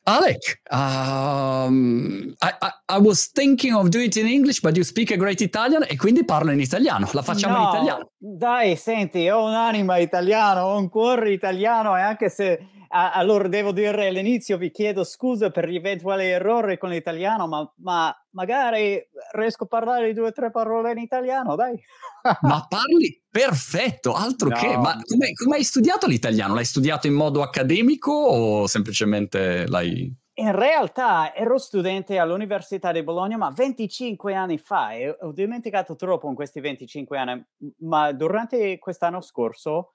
Alec, I was thinking of doing it in English, but you speak a great Italian e quindi parlo in italiano. La facciamo in italiano. Dai, senti, ho un'anima italiana, ho un cuore italiano e anche se allora devo dire all'inizio vi chiedo scusa per gli eventuali errori con l'italiano, ma magari riesco a parlare 2 o 3 parole in italiano, dai. Ma parli perfetto, altro che. No. Ma come hai studiato l'italiano? L'hai studiato in modo accademico o semplicemente l'hai... In realtà ero studente all'Università di Bologna, ma 25 anni fa e ho dimenticato troppo in questi 25 anni, ma durante quest'anno scorso,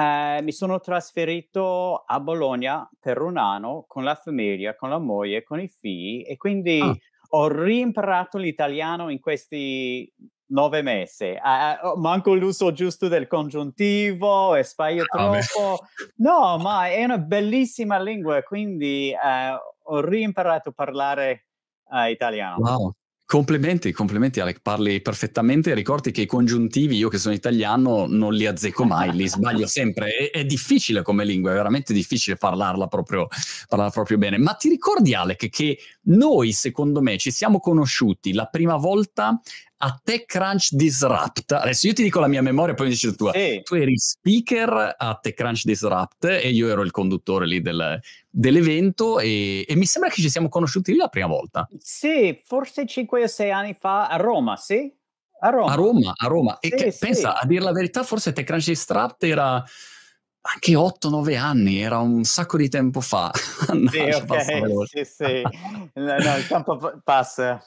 mi sono trasferito a Bologna per 1 anno con la famiglia, con la moglie, con i figli e Ah, quindi ho rimparato l'italiano in questi 9 mesi. Manco l'uso giusto del congiuntivo e sbaglio vabbè. troppo. No, ma è una bellissima lingua, quindi, ho rimparato a parlare, italiano. Wow. Complimenti, complimenti Alec, parli perfettamente. Ricordi che i congiuntivi, io che sono italiano, non li azzecco mai, li sbaglio sempre. È difficile come lingua, è veramente difficile parlarla proprio bene. Ma ti ricordi Alec che noi, secondo me, ci siamo conosciuti la prima volta a TechCrunch Disrupt? Adesso io ti dico la mia memoria, poi mi dici la tua. Sì, Tu eri speaker a TechCrunch Disrupt e io ero il conduttore lì dell'evento e mi sembra che ci siamo conosciuti lì la prima volta. sì, forse 5 o 6 anni fa a Roma, sì? A A Roma. Roma, a Roma. E Sì, che, pensa, sì. a dire la verità, forse TechCrunch Strapped era anche 8-9 anni, era un sacco di tempo fa. Sì, Mannaggia, passa okay, veloce. sì, sì. No, il tempo passa.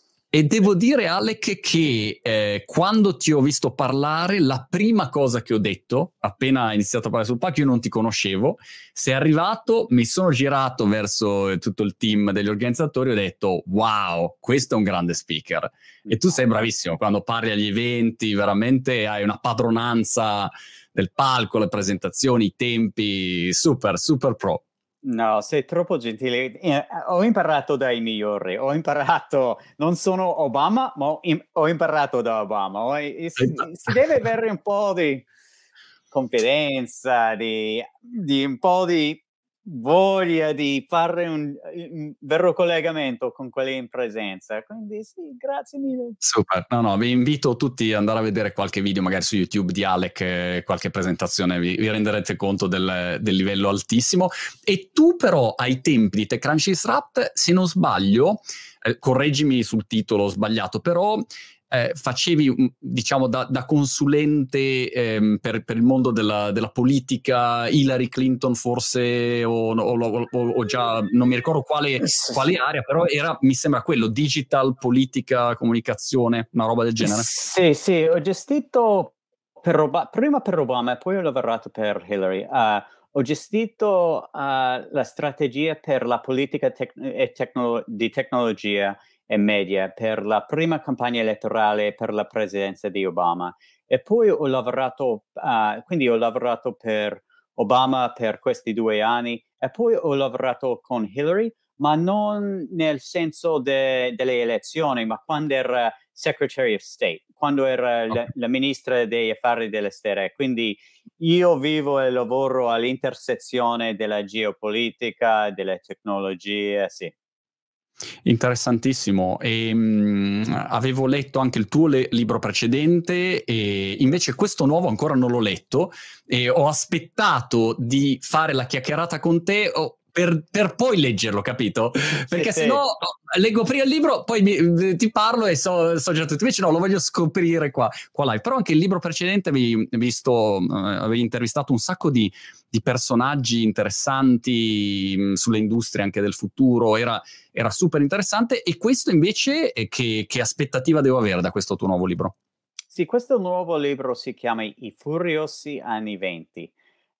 E devo dire, Alec, che quando ti ho visto parlare, la prima cosa che ho detto, appena iniziato a parlare sul palco, io non ti conoscevo, sei arrivato, mi sono girato verso tutto il team degli organizzatori e ho detto, wow, questo è un grande speaker. E tu sei bravissimo, quando parli agli eventi, veramente hai una padronanza del palco, le presentazioni, i tempi, super, super pro. No, sei troppo gentile. Ho imparato dai migliori. Ho imparato non sono Obama, ma ho imparato da Obama. Si deve avere un po' di confidenza, di un po' di voglia di fare un vero collegamento con quelli in presenza. Quindi sì, grazie mille. Super, no, no, vi invito tutti ad andare a vedere qualche video magari su YouTube di Alec, qualche presentazione, vi renderete conto del livello altissimo. E tu però ai tempi di TechCrunch Disrupt, se non sbaglio, correggimi sul titolo sbagliato, però facevi, diciamo, da consulente per il mondo della politica, Hillary Clinton forse, o già, non mi ricordo quale area, però era, mi sembra quello, digital, politica, comunicazione, una roba del genere. Sì, sì, ho gestito prima per Obama e poi ho lavorato per Hillary. Ho gestito, la strategia per la politica di tecnologia e media per la prima campagna elettorale per la presidenza di Obama e poi quindi ho lavorato per Obama per questi 2 anni e poi ho lavorato con Hillary, ma non nel senso delle elezioni, ma quando era Secretary of State, quando era Okay. la ministra degli affari dell'estero. Quindi io vivo e lavoro all'intersezione della geopolitica, delle tecnologie, sì. Interessantissimo. Avevo letto anche il tuo libro precedente e invece questo nuovo ancora non l'ho letto e ho aspettato di fare la chiacchierata con te per poi leggerlo, capito? Sì, Perché se no sì. leggo prima il libro, poi ti parlo e so già tutto. Invece no, lo voglio scoprire qua live. Però anche il libro precedente avevi intervistato un sacco di personaggi interessanti sulle industrie anche del futuro, era super interessante. E questo invece che aspettativa devo avere da questo tuo nuovo libro? Sì, questo nuovo libro si chiama I furiosi anni '20.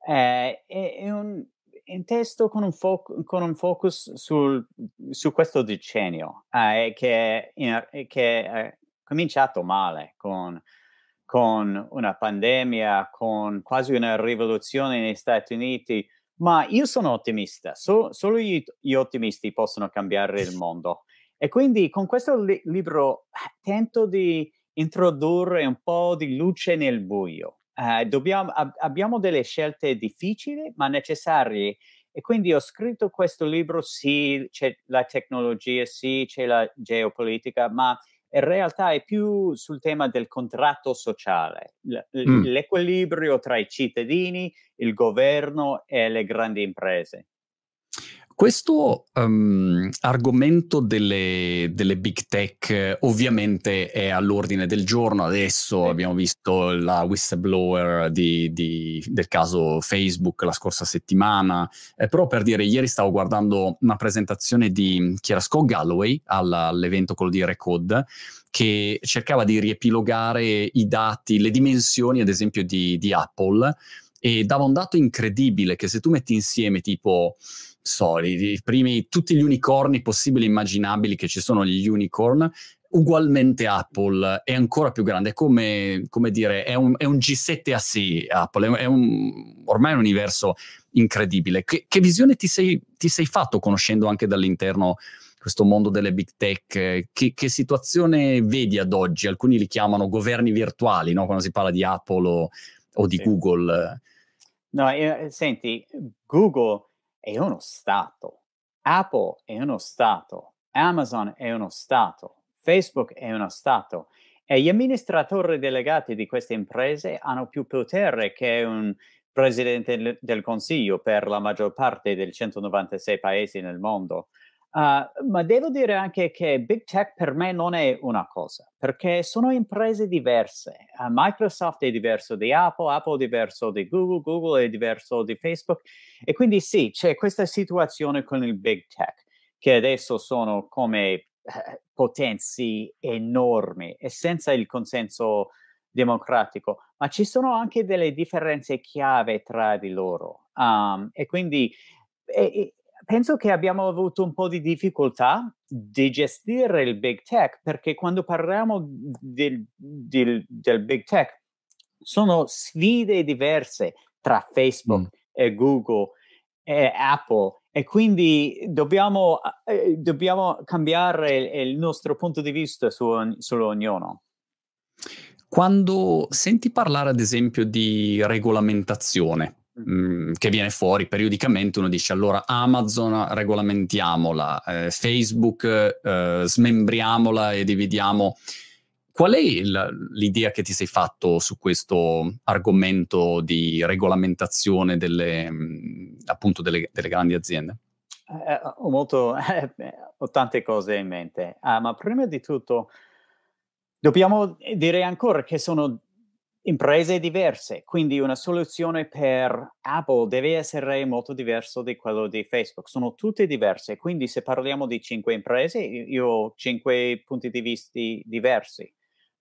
È un testo con un focus su questo decennio, che è cominciato male con una pandemia, con quasi una rivoluzione negli Stati Uniti, ma io sono ottimista. Solo gli ottimisti possono cambiare il mondo. E quindi con questo libro tento di introdurre un po' di luce nel buio. Abbiamo delle scelte difficili ma necessarie E quindi ho scritto questo libro, sì, c'è la tecnologia, sì, c'è la geopolitica, ma in realtà è più sul tema del contratto sociale, l'equilibrio tra i cittadini, il governo e le grandi imprese. Questo argomento delle big tech ovviamente è all'ordine del giorno. Adesso Sì. abbiamo visto la whistleblower del caso Facebook la scorsa settimana, però per dire, ieri stavo guardando una presentazione di chi era Scott Galloway all'evento quello di Recode, che cercava di riepilogare i dati, le dimensioni ad esempio di Apple, e dava un dato incredibile che se tu metti insieme tipo i primi, tutti gli unicorni possibili e immaginabili che ci sono, gli unicorn, ugualmente Apple è ancora più grande, è come dire, è un G7 a sé Apple, ormai è un universo incredibile. Che visione ti sei fatto conoscendo anche dall'interno questo mondo delle big tech? Che situazione vedi ad oggi? Alcuni li chiamano governi virtuali, no? Quando si parla di Apple o di Sì. Google. No, senti, Google è uno stato, Apple è uno stato, Amazon è uno stato, Facebook è uno stato, e gli amministratori delegati di queste imprese hanno più potere che un presidente del Consiglio per la maggior parte dei 196 paesi nel mondo. Ma devo dire anche che Big Tech per me non è una cosa, perché sono imprese diverse. Microsoft è diverso di Apple, Apple è diverso di Google, Google è diverso di Facebook. E quindi sì, c'è questa situazione con il Big Tech, che adesso sono come potenze enormi e senza il consenso democratico, ma ci sono anche delle differenze chiave tra di loro. E quindi penso che abbiamo avuto un po' di difficoltà di gestire il big tech, perché quando parliamo del big tech sono sfide diverse tra Facebook e Google e Apple, e quindi dobbiamo cambiare il nostro punto di vista su ognuno. Quando senti parlare ad esempio di regolamentazione, che viene fuori periodicamente, uno dice allora Amazon regolamentiamola, Facebook smembriamola e dividiamo. Qual è l'idea che ti sei fatto su questo argomento di regolamentazione appunto delle grandi aziende? Ho tante cose in mente, ma prima di tutto dobbiamo dire ancora che sono imprese diverse, quindi una soluzione per Apple deve essere molto diverso di quello di Facebook. Sono tutte diverse, quindi se parliamo di 5 imprese, io ho 5 punti di vista diversi.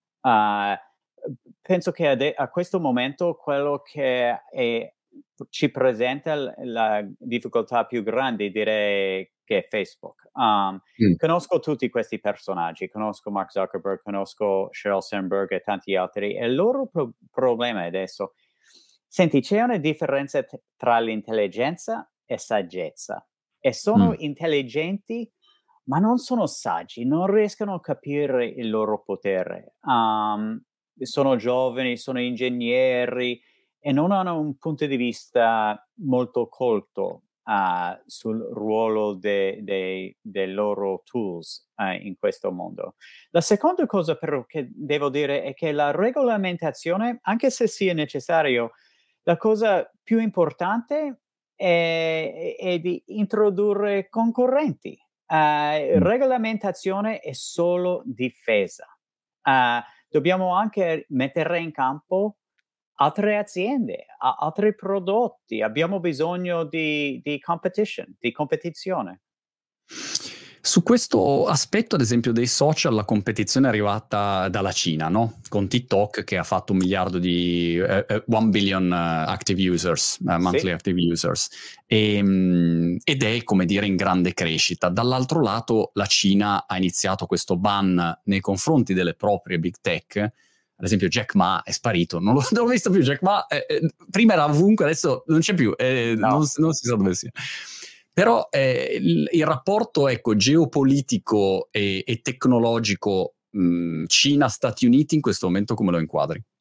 Penso che a questo momento quello che ci presenta la difficoltà più grande, direi che è Facebook. Conosco tutti questi personaggi, conosco Mark Zuckerberg, conosco Sheryl Sandberg e tanti altri, e il loro problema adesso, senti, c'è una differenza tra l'intelligenza e saggezza, e sono intelligenti ma non sono saggi, non riescono a capire il loro potere. Sono giovani, sono ingegneri e non hanno un punto di vista molto colto sul ruolo dei loro tools in questo mondo. La seconda cosa però che devo dire è che la regolamentazione, anche se sia necessario, la cosa più importante è di introdurre concorrenti. Regolamentazione è solo difesa. Dobbiamo anche mettere in campo altre aziende, altri prodotti. Abbiamo bisogno di competizione. Su questo aspetto, ad esempio, dei social, la competizione è arrivata dalla Cina, no? Con TikTok che ha fatto 1 miliardo di 1 billion active users, monthly active users, ed è, come dire, in grande crescita. Dall'altro lato, la Cina ha iniziato questo ban nei confronti delle proprie big tech. Ad esempio Jack Ma è sparito, non l'ho visto più. Jack Ma prima era ovunque, adesso non c'è più, non si sa dove sia. Però il rapporto, ecco, geopolitico e tecnologico Cina-Stati Uniti in questo momento come lo inquadri?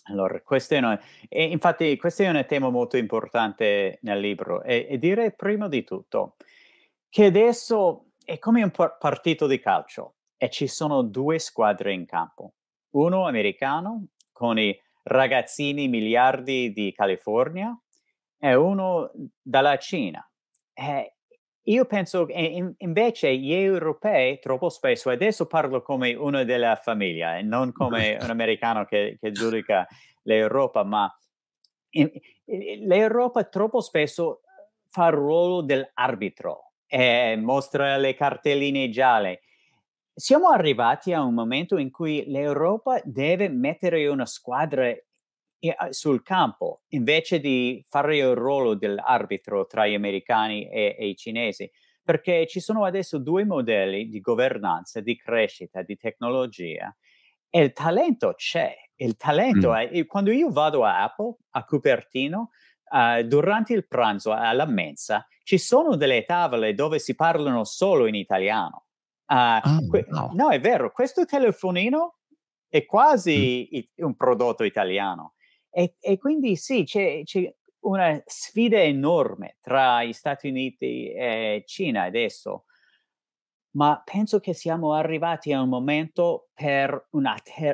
Allora, e infatti questo è un tema molto importante nel libro e direi prima di tutto che adesso è come un partito di calcio e ci sono due squadre in campo, uno americano con i ragazzini miliardi di California e uno dalla Cina. Eh, io penso che invece gli europei troppo spesso, adesso parlo come uno della famiglia e non come un americano che giudica l'Europa, ma l'Europa troppo spesso fa il ruolo dell'arbitro e mostra le cartelline gialle. Siamo arrivati a un momento in cui l'Europa deve mettere una squadra sul campo invece di fare il ruolo dell'arbitro tra gli americani e i cinesi, perché ci sono adesso due modelli di governanza, di crescita, di tecnologia e il talento c'è. Il talento è, quando io vado a Apple, a Cupertino, durante il pranzo alla mensa, ci sono delle tavole dove si parlano solo in italiano. Wow. No, è vero, questo telefonino è quasi un prodotto italiano. E quindi sì, c'è una sfida enorme tra gli Stati Uniti e Cina adesso, ma penso che siamo arrivati a un momento per un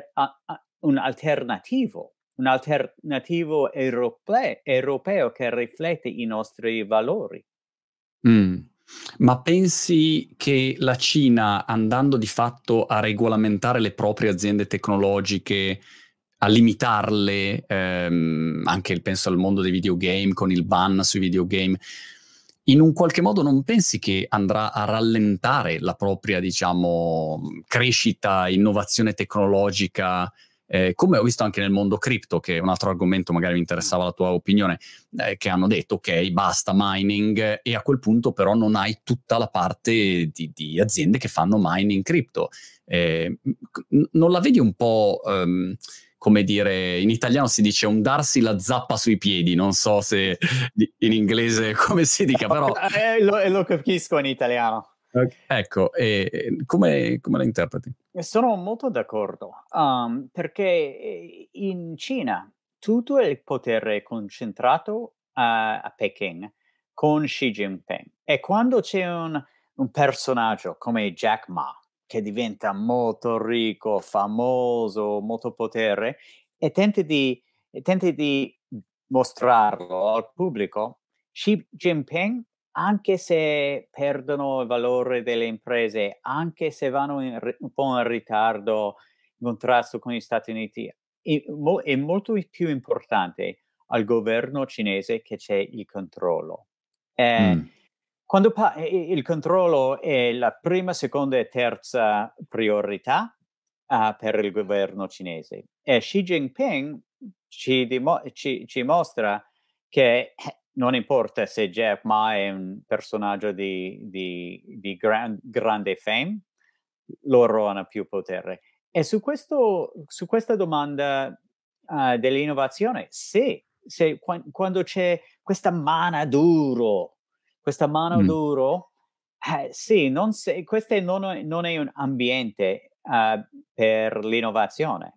alternativo europeo che riflette i nostri valori. Ma pensi che la Cina, andando di fatto a regolamentare le proprie aziende tecnologiche, a limitarle, anche penso al mondo dei videogame, con il ban sui videogame, in un qualche modo non pensi che andrà a rallentare la propria, diciamo, crescita, innovazione tecnologica, come ho visto anche nel mondo cripto, che è un altro argomento, magari mi interessava la tua opinione, che hanno detto ok, basta mining, e a quel punto però non hai tutta la parte di aziende che fanno mining cripto. Non la vedi un po', come dire, in italiano si dice un darsi la zappa sui piedi, non so se in inglese come si dica, però... Lo capisco in italiano. Ecco, come la interpreti? Sono molto d'accordo, perché in Cina tutto il potere è concentrato a Pechino con Xi Jinping e quando c'è un personaggio come Jack Ma che diventa molto ricco, famoso, molto potere e tenta di mostrarlo al pubblico, Xi Jinping, anche se perdono il valore delle imprese, anche se vanno un po' in ritardo in contrasto con gli Stati Uniti, è molto più importante al governo cinese che c'è il controllo. Quando il controllo è la prima, seconda e terza priorità per il governo cinese. E Xi Jinping ci mostra che non importa se Jack Ma è un personaggio di grande fame, loro hanno più potere. E su questa domanda dell'innovazione, sì, quando c'è questa mano duro, sì, questo non è un ambiente per l'innovazione.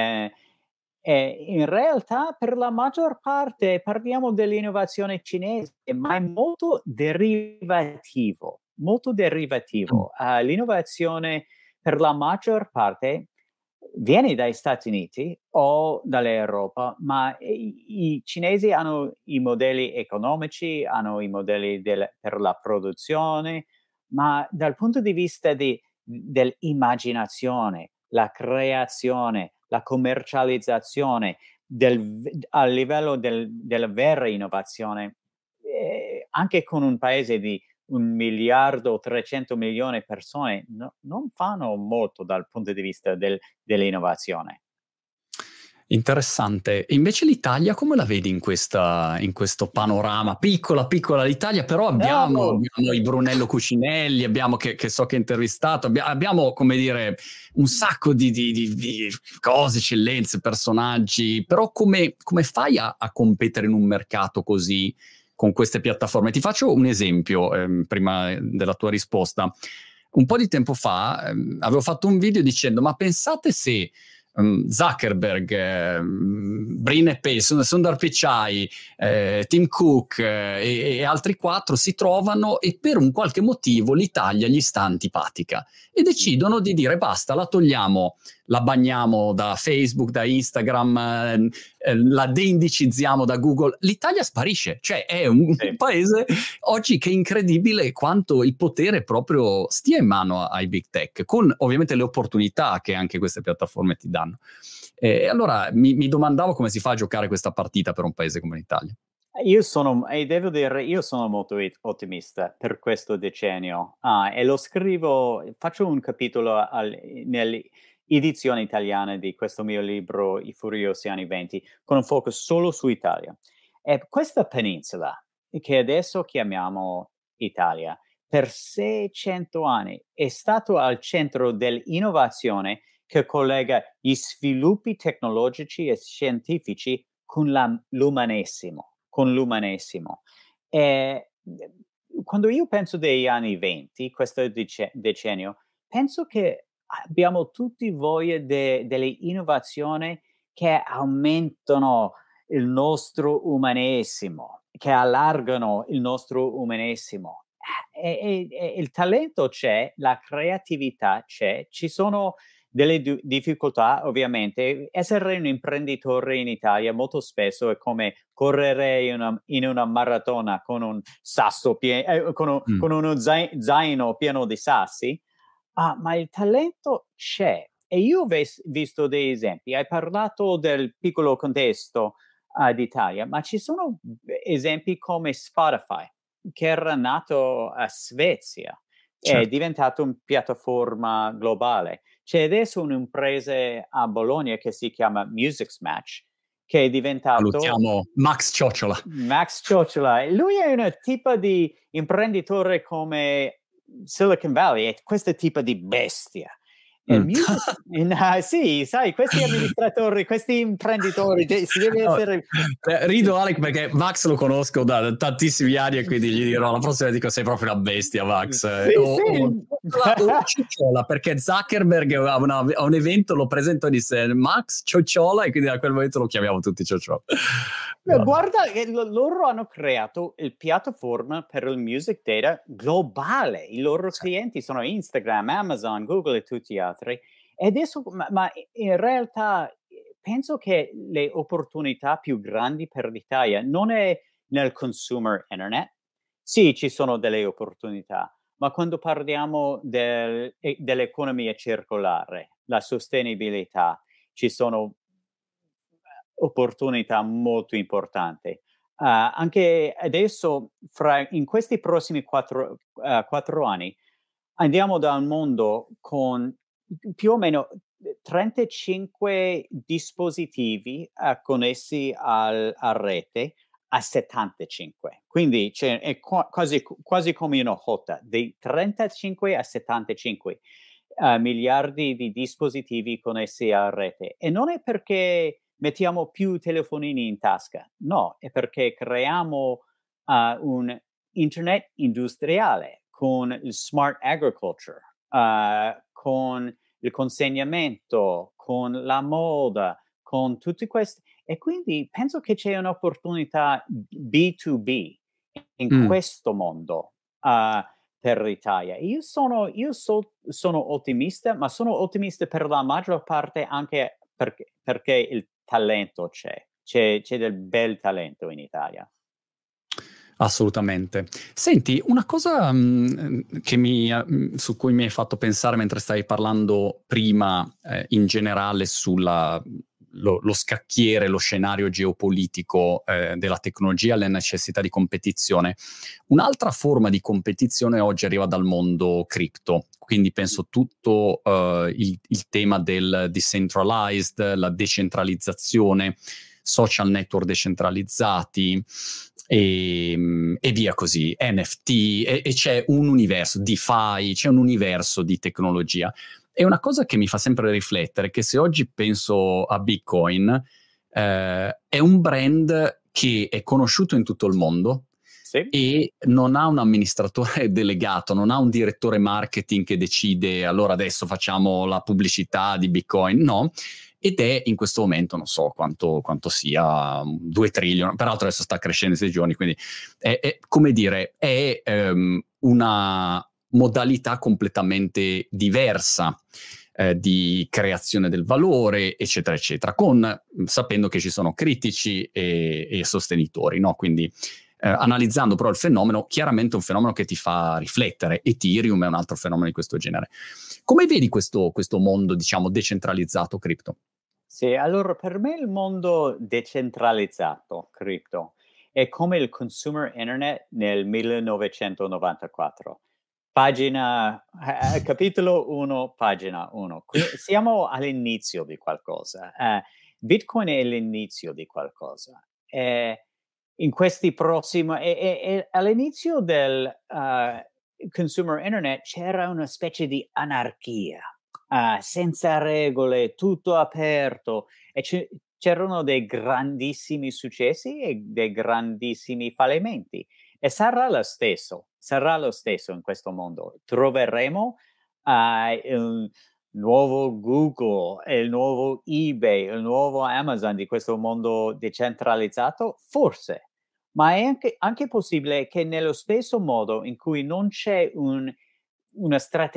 In realtà per la maggior parte parliamo dell'innovazione cinese, ma è molto derivativo. L'innovazione per la maggior parte viene dagli Stati Uniti o dall'Europa, ma i cinesi hanno i modelli economici, hanno i modelli per la produzione, ma dal punto di vista dell'immaginazione, la creazione, la commercializzazione a livello della vera innovazione, anche con un paese di 1.300.000.000 di persone, non fanno molto dal punto di vista dell'innovazione. Interessante. E invece l'Italia come la vedi in questo panorama? Piccola l'Italia, però abbiamo i Brunello Cucinelli, abbiamo che so che hai intervistato, abbiamo, come dire, un sacco di cose, eccellenze, personaggi, però come fai a competere in un mercato così con queste piattaforme? Ti faccio un esempio, prima della tua risposta. Un po' di tempo fa avevo fatto un video dicendo, ma pensate se Zuckerberg, Brin e Pace, Sundar Pichai, Tim Cook e altri 4 si trovano e per un qualche motivo l'Italia gli sta antipatica e decidono di dire basta, la togliamo, la banniamo da Facebook, da Instagram, la deindicizziamo da Google, l'Italia sparisce, cioè è un paese oggi che è incredibile quanto il potere proprio stia in mano ai big tech, con ovviamente le opportunità che anche queste piattaforme ti danno. E allora mi domandavo come si fa a giocare questa partita per un paese come l'Italia. Devo dire, io sono molto ottimista per questo decennio e lo scrivo, faccio un capitolo nell'edizione italiana di questo mio libro, I furiosi anni '20, con un focus solo su Italia. E questa penisola, che adesso chiamiamo Italia, per 600 anni è stato al centro dell'innovazione che collega gli sviluppi tecnologici e scientifici con l'umanesimo. E quando io penso degli anni '20, questo decennio, penso che abbiamo tutti voglia delle innovazioni che aumentano il nostro umanesimo, che allargano il nostro umanesimo. E il talento c'è, la creatività c'è, ci sono delle difficoltà, ovviamente. Essere un imprenditore in Italia molto spesso è come correre in una maratona con un sasso con uno zaino pieno di sassi, ma il talento c'è. E io ho visto dei esempi. Hai parlato del piccolo contesto d'Italia, ma ci sono esempi come Spotify, che era nato a Svezia, è diventato una piattaforma globale. C'è adesso un'impresa a Bologna che si chiama Music Match, che è diventato... Salutiamo Max Ciocciola. Max Ciocciola. Lui è un tipo di imprenditore come Silicon Valley, è questo tipo di bestia. Sì, sai, questi amministratori, questi imprenditori, si deve essere... Rido, Alec, perché Max lo conosco da tantissimi anni e quindi gli dirò la prossima dico sei proprio una bestia, Max. O Cicciola, perché Zuckerberg a un evento lo presentò e disse Max Cicciola e quindi da quel momento lo chiamiamo tutti Cicciola. Guarda, loro hanno creato il piattaforma per il music data globale. I loro clienti sono Instagram, Amazon, Google e tutti gli altri. E adesso, ma in realtà penso che le opportunità più grandi per l'Italia non è nel consumer internet. Sì, ci sono delle opportunità, ma quando parliamo dell'economia circolare, la sostenibilità, ci sono opportunità molto importanti. Anche adesso, in questi prossimi 4 anni, andiamo da un mondo con più o meno 35 dispositivi connessi a rete a 75. Quindi è quasi come una rotta, dei 35 a 75 miliardi di dispositivi connessi a rete. E non è perché mettiamo più telefonini in tasca, no, è perché creiamo un internet industriale con il smart agriculture, con il consegnamento, con la moda, con tutti questi. E quindi penso che c'è un'opportunità B2B in questo mondo per l'Italia. Io sono ottimista, ma sono ottimista per la maggior parte anche perché il talento c'è del bel talento in Italia. Assolutamente. Senti, una cosa su cui mi hai fatto pensare mentre stavi parlando prima in generale lo scacchiere, lo scenario geopolitico della tecnologia, le necessità di competizione. Un'altra forma di competizione oggi arriva dal mondo cripto, quindi penso tutto il tema del decentralized, la decentralizzazione, social network decentralizzati e via così, NFT, e c'è un universo, DeFi, c'è un universo di tecnologia. E una cosa che mi fa sempre riflettere è che se oggi penso a Bitcoin, è un brand che è conosciuto in tutto il mondo, Sì. e non ha un amministratore delegato, non ha un direttore marketing che decide allora adesso facciamo la pubblicità di Bitcoin, no. Ed è in questo momento, non so quanto sia, 2 trillion, peraltro adesso sta crescendo in 6 giorni, quindi è come dire, è una modalità completamente diversa di creazione del valore, eccetera, eccetera, sapendo che ci sono critici e sostenitori, no? Quindi analizzando però il fenomeno, chiaramente è un fenomeno che ti fa riflettere. Ethereum è un altro fenomeno di questo genere. Come vedi questo mondo, diciamo, decentralizzato cripto? Sì, allora per me il mondo decentralizzato cripto è come il consumer internet nel 1994. Capitolo 1, pagina 1. Qui siamo all'inizio di qualcosa. Bitcoin è l'inizio di qualcosa. In questi prossimi all'inizio del consumer internet c'era una specie di anarchia, senza regole, tutto aperto, e c'erano dei grandissimi successi e dei grandissimi fallimenti. E sarà lo stesso in questo mondo. Troveremo il nuovo Google, il nuovo eBay, il nuovo Amazon di questo mondo decentralizzato? Forse, ma è anche possibile che nello stesso modo in cui non c'è una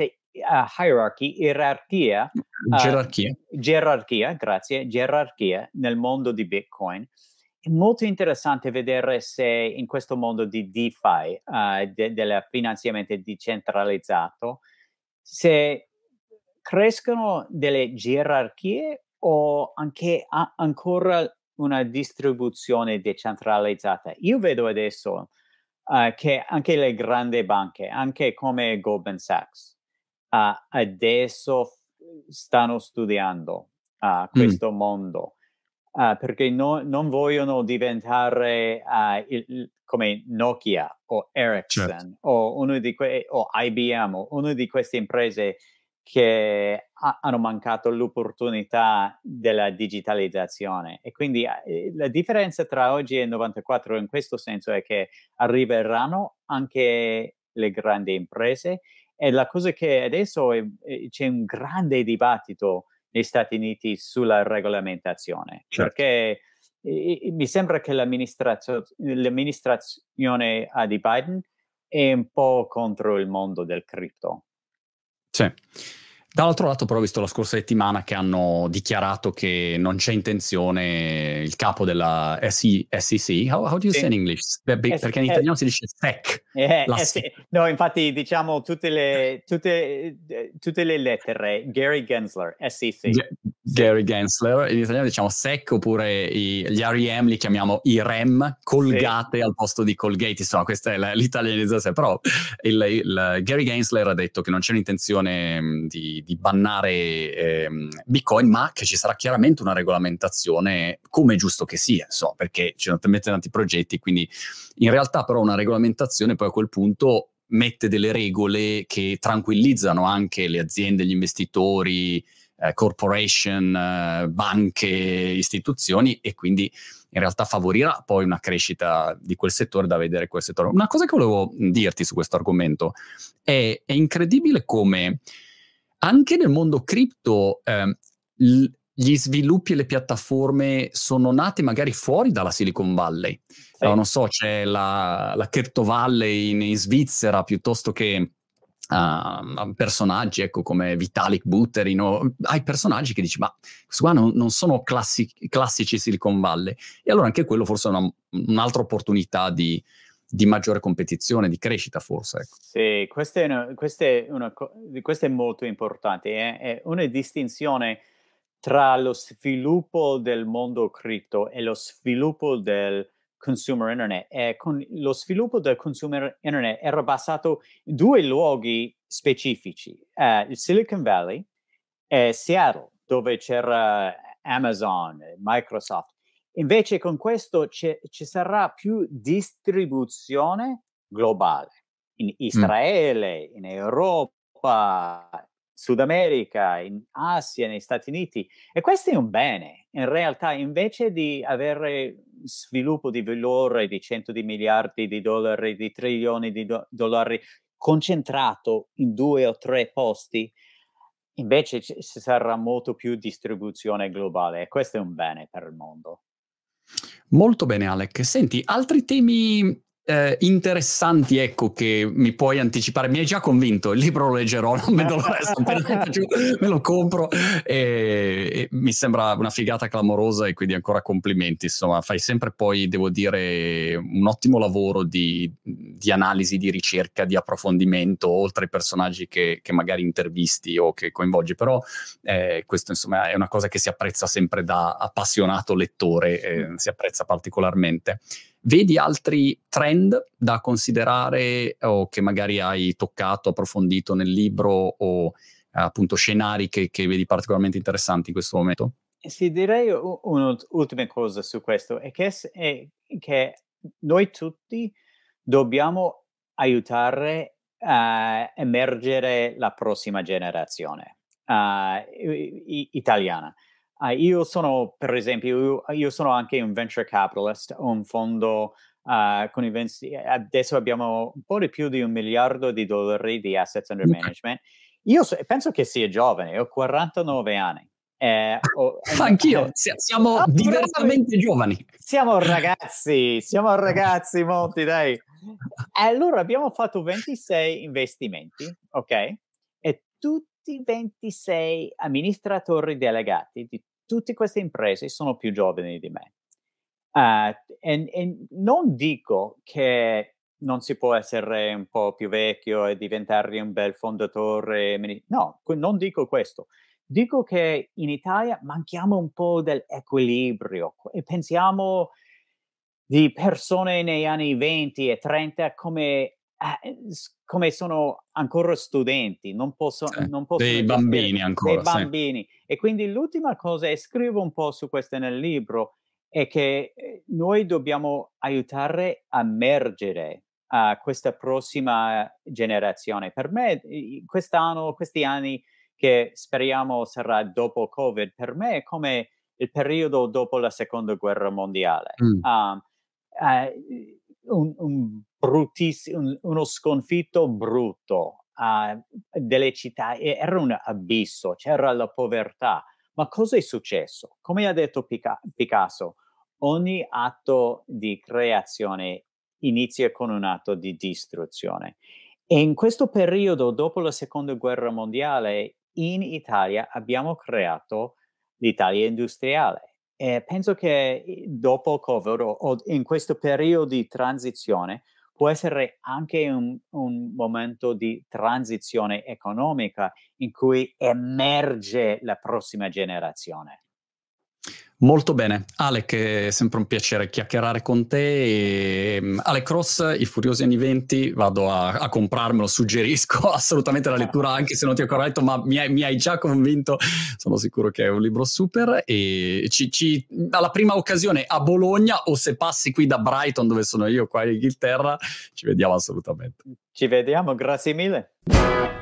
gerarchia, Gerarchie. gerarchia nel mondo di Bitcoin. È molto interessante vedere se in questo mondo di DeFi, del finanziamento decentralizzato, se crescono delle gerarchie o anche ancora una distribuzione decentralizzata. Io vedo adesso che anche le grandi banche, anche come Goldman Sachs, adesso stanno studiando questo mondo, perché non vogliono diventare come Nokia o Certo. Ericsson o o IBM o una di queste imprese che hanno mancato l'opportunità della digitalizzazione. E quindi la differenza tra oggi e il 94 in questo senso è che arriveranno anche le grandi imprese, e la cosa che adesso c'è un grande dibattito negli Stati Uniti sulla regolamentazione, Certo. perché mi sembra che l'amministrazione di Biden è un po' contro il mondo del cripto. Sì. Dall'altro lato però ho visto la scorsa settimana che hanno dichiarato che non c'è intenzione, il capo della SEC, how do you say Sì. in English? Perché in italiano si dice SEC, la Sì. SEC. No, infatti diciamo tutte le lettere. Gary Gensler, SEC. Sì. Gary Gensler, in italiano diciamo SEC, oppure gli REM li chiamiamo i REM, Sì. colgate al posto di Colgate, insomma questa è l'italianizzazione, però il Gary Gensler ha detto che non c'è un'intenzione di bannare Bitcoin, ma che ci sarà chiaramente una regolamentazione, come è giusto che sia, insomma, perché ci sono talmente tanti progetti, quindi in realtà però una regolamentazione poi a quel punto mette delle regole che tranquillizzano anche le aziende, gli investitori, corporation, banche, istituzioni, e quindi in realtà favorirà poi una crescita di quel settore, da vedere quel settore. Una cosa che volevo dirti su questo argomento è incredibile come anche nel mondo cripto gli sviluppi e le piattaforme sono nate magari fuori dalla Silicon Valley. Sì. Non so, c'è la Crypto Valley in Svizzera, piuttosto che personaggi, ecco, come Vitalik Buterin, hai personaggi che dici, ma questi qua non sono classici Silicon Valley. E allora anche quello forse è un'altra opportunità di maggiore competizione, di crescita forse. Ecco. Sì, questa è molto importante. È una distinzione tra lo sviluppo del mondo cripto e lo sviluppo del consumer internet. E con lo sviluppo del consumer internet era basato in due luoghi specifici, il Silicon Valley e Seattle, dove c'era Amazon, Microsoft. Invece con questo ci sarà più distribuzione globale in Israele, in Europa, Sud America, in Asia, negli Stati Uniti. E questo è un bene. In realtà, invece di avere sviluppo di valore di 100 di miliardi di dollari, di trilioni di dollari concentrato in 2 o 3 posti, invece ci sarà molto più distribuzione globale e questo è un bene per il mondo. Molto bene, Alec. Senti, altri temi interessanti, ecco, che mi puoi anticipare. Mi hai già convinto, il libro lo leggerò, non vedo l'ora, me lo compro e mi sembra una figata clamorosa e quindi ancora complimenti. Insomma, fai sempre poi, devo dire, un ottimo lavoro di analisi, di ricerca, di approfondimento, oltre ai personaggi che magari intervisti o che coinvolgi, però questo insomma è una cosa che si apprezza sempre da appassionato lettore, si apprezza particolarmente. Vedi altri trend da considerare o che magari hai toccato, approfondito nel libro o appunto scenari che vedi particolarmente interessanti in questo momento? Sì, direi un'ultima cosa su questo, è che noi tutti dobbiamo aiutare a emergere la prossima generazione italiana. Io sono, per esempio, io sono anche un venture capitalist, un fondo con adesso abbiamo un po' di più di $1 miliardo di assets under management. Io penso che sia giovane, ho 49 anni. Anch'io, siamo diversamente giovani. Siamo ragazzi molti, dai. Allora abbiamo fatto 26 investimenti, ok? E tutti 26 amministratori delegati di tutte queste imprese sono più giovani di me. E non dico che non si può essere un po' più vecchio e diventare un bel fondatore. No, non dico questo. Dico che in Italia manchiamo un po' dell'equilibrio e pensiamo di persone negli anni 20 e 30 come sono ancora studenti, non possono dei gestire bambini ancora, dei bambini. Sì. E quindi l'ultima cosa, e scrivo un po' su questo nel libro, è che noi dobbiamo aiutare a emergere questa prossima generazione. Per me questi anni che speriamo sarà dopo Covid, per me è come il periodo dopo la seconda guerra mondiale. Uno sconfitto brutto delle città, era un abisso, c'era la povertà. Ma cosa è successo? Come ha detto Picasso, ogni atto di creazione inizia con un atto di distruzione. E in questo periodo, dopo la seconda guerra mondiale, in Italia abbiamo creato l'Italia industriale. E penso che dopo Covid o in questo periodo di transizione può essere anche un momento di transizione economica in cui emerge la prossima generazione. Molto bene. Alec, è sempre un piacere chiacchierare con te. Alec Ross, I Furiosi Anni Venti, vado a comprarmelo, suggerisco assolutamente la lettura, anche se non ti ho ancora letto, ma mi hai già convinto, sono sicuro che è un libro super. E alla prima occasione a Bologna, o se passi qui da Brighton, dove sono io, qua in Inghilterra, ci vediamo assolutamente. Ci vediamo, grazie mille.